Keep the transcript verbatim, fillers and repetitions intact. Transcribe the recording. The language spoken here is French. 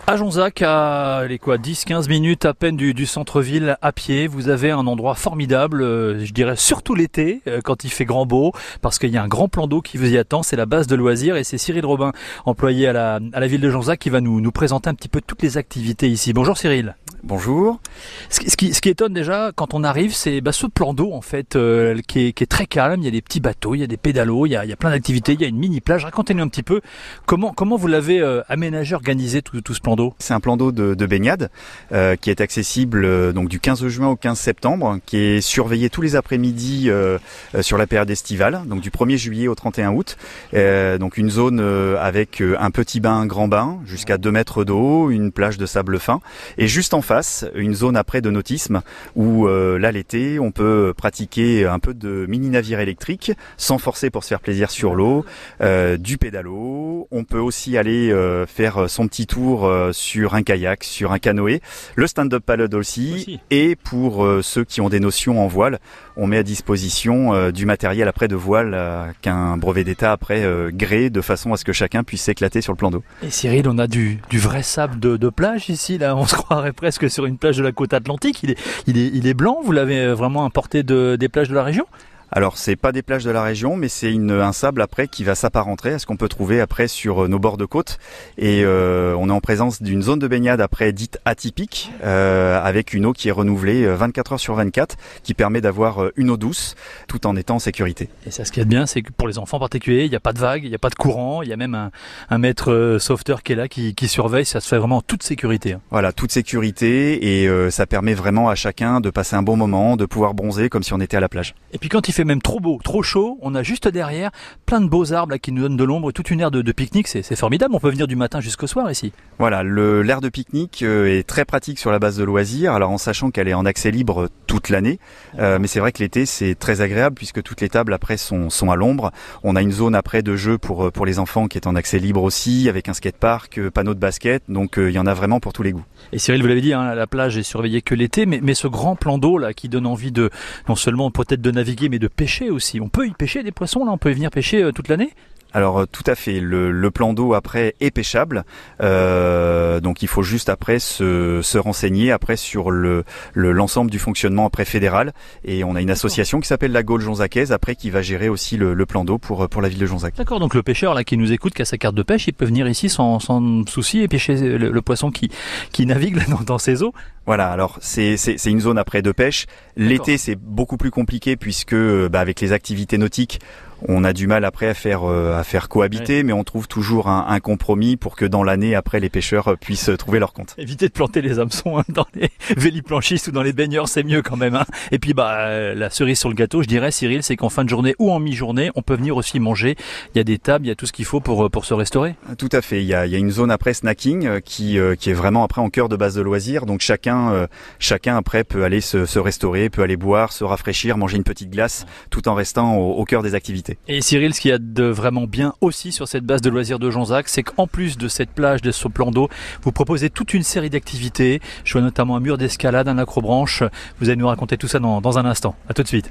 À Jonzac, à les quoi, dix quinze minutes à peine du, du centre-ville à pied, vous avez un endroit formidable, euh, je dirais surtout l'été, euh, quand il fait grand beau, parce qu'il y a un grand plan d'eau qui vous y attend, c'est la base de loisirs et c'est Cyril Robin, employé à la, à la ville de Jonzac, qui va nous, nous présenter un petit peu toutes les activités ici. Bonjour Cyril. Bonjour. Ce qui, ce qui, ce qui étonne déjà quand on arrive, c'est bah, ce plan d'eau en fait, euh, qui, est, qui est très calme. Il y a des petits bateaux, il y a des pédalos, il y a, il y a plein d'activités, il y a une mini plage. Racontez-nous un petit peu comment, comment vous l'avez euh, aménagé, organisé tout, tout ce plan d'eau. C'est un plan d'eau de, de baignade euh, qui est accessible euh, donc du quinze juin au quinze septembre, qui est surveillé tous les après-midi euh, euh, sur la période estivale, donc du premier juillet au trente et un août. Euh, donc une zone euh, avec euh, un petit bain, un grand bain, jusqu'à deux mètres d'eau, une plage de sable fin, et juste en face, une zone après de nautisme où euh, là l'été, on peut pratiquer un peu de mini navire électrique sans forcer pour se faire plaisir sur l'eau, euh, du pédalo. On peut aussi aller euh, faire son petit tour euh, sur un kayak, sur un canoë, le stand-up paddle aussi, aussi. Et pour euh, ceux qui ont des notions en voile, on met à disposition euh, du matériel après de voile euh, qu'un brevet d'état après euh, gré de façon à ce que chacun puisse s'éclater sur le plan d'eau. Et Cyril, on a du, du vrai sable de, de plage ici, là, on se croirait presque sur une plage de la côte atlantique. Il est, il est, il est blanc, vous l'avez vraiment importé de, des plages de la région ? Alors c'est pas des plages de la région, mais c'est une, un sable après qui va s'apparenter à ce qu'on peut trouver après sur nos bords de côte. Et euh, on est en présence d'une zone de baignade après dite atypique, euh, avec une eau qui est renouvelée vingt-quatre heures sur vingt-quatre, qui permet d'avoir une eau douce tout en étant en sécurité. Et ça, ce qui est bien, c'est que pour les enfants en particulier, il n'y a pas de vagues, il n'y a pas de courant, il y a même un, un maître sauveteur qui est là, qui, qui surveille. Ça se fait vraiment en toute sécurité. Voilà, toute sécurité, et euh, ça permet vraiment à chacun de passer un bon moment, de pouvoir bronzer comme si on était à la plage. Et puis quand il fait même trop beau, trop chaud, on a juste derrière plein de beaux arbres là, qui nous donnent de l'ombre et toute une aire de, de pique-nique, c'est, c'est formidable, on peut venir du matin jusqu'au soir ici. Voilà, le, l'aire de pique-nique euh, est très pratique sur la base de loisirs, alors en sachant qu'elle est en accès libre toute l'année, euh, mais c'est vrai que l'été c'est très agréable puisque toutes les tables après sont, sont à l'ombre. On a une zone après de jeu pour, pour les enfants qui est en accès libre aussi, avec un skatepark, euh, panneau de basket, donc il euh, y en a vraiment pour tous les goûts. Et Cyril, vous l'avez dit, hein, la plage est surveillée que l'été, mais, mais ce grand plan d'eau là qui donne envie de non seulement peut-être de naviguer, mais de pêcher aussi. On peut y pêcher des poissons là, on peut y venir pêcher euh, toute l'année ? Alors tout à fait, le, le plan d'eau après est pêchable, euh, donc il faut juste après se, se renseigner après sur le, le l'ensemble du fonctionnement après fédéral, et on a une association qui s'appelle la Gaule Jonzacaise après qui va gérer aussi le, le plan d'eau pour pour la ville de Jonzac. D'accord, donc le pêcheur là qui nous écoute, qui a sa carte de pêche, il peut venir ici sans, sans souci et pêcher le, le poisson qui qui navigue là dans, dans ces eaux. Voilà, alors c'est, c'est, c'est une zone après de pêche. L'été D'accord. C'est beaucoup plus compliqué puisque bah, avec les activités nautiques, on a du mal après à faire euh, à faire cohabiter, ouais. Mais on trouve toujours un, un compromis pour que dans l'année après les pêcheurs puissent trouver leur compte. Évitez de planter les hameçons hein, dans les véliplanchistes ou dans les baigneurs, c'est mieux quand même. Hein. Et puis bah euh, la cerise sur le gâteau, je dirais Cyril, c'est qu'en fin de journée ou en mi-journée, on peut venir aussi manger. Il y a des tables, il y a tout ce qu'il faut pour pour se restaurer. Tout à fait. Il y a il y a une zone après snacking euh, qui euh, qui est vraiment après en cœur de base de loisirs. Donc chacun euh, chacun après peut aller se, se restaurer, peut aller boire, se rafraîchir, manger une petite glace, tout en restant au, au cœur des activités. Et Cyril, ce qu'il y a de vraiment bien aussi sur cette base de loisirs de Jonzac, c'est qu'en plus de cette plage, de ce plan d'eau, vous proposez toute une série d'activités. Je vois notamment un mur d'escalade, un acrobranche. Vous allez nous raconter tout ça dans, dans un instant. À tout de suite.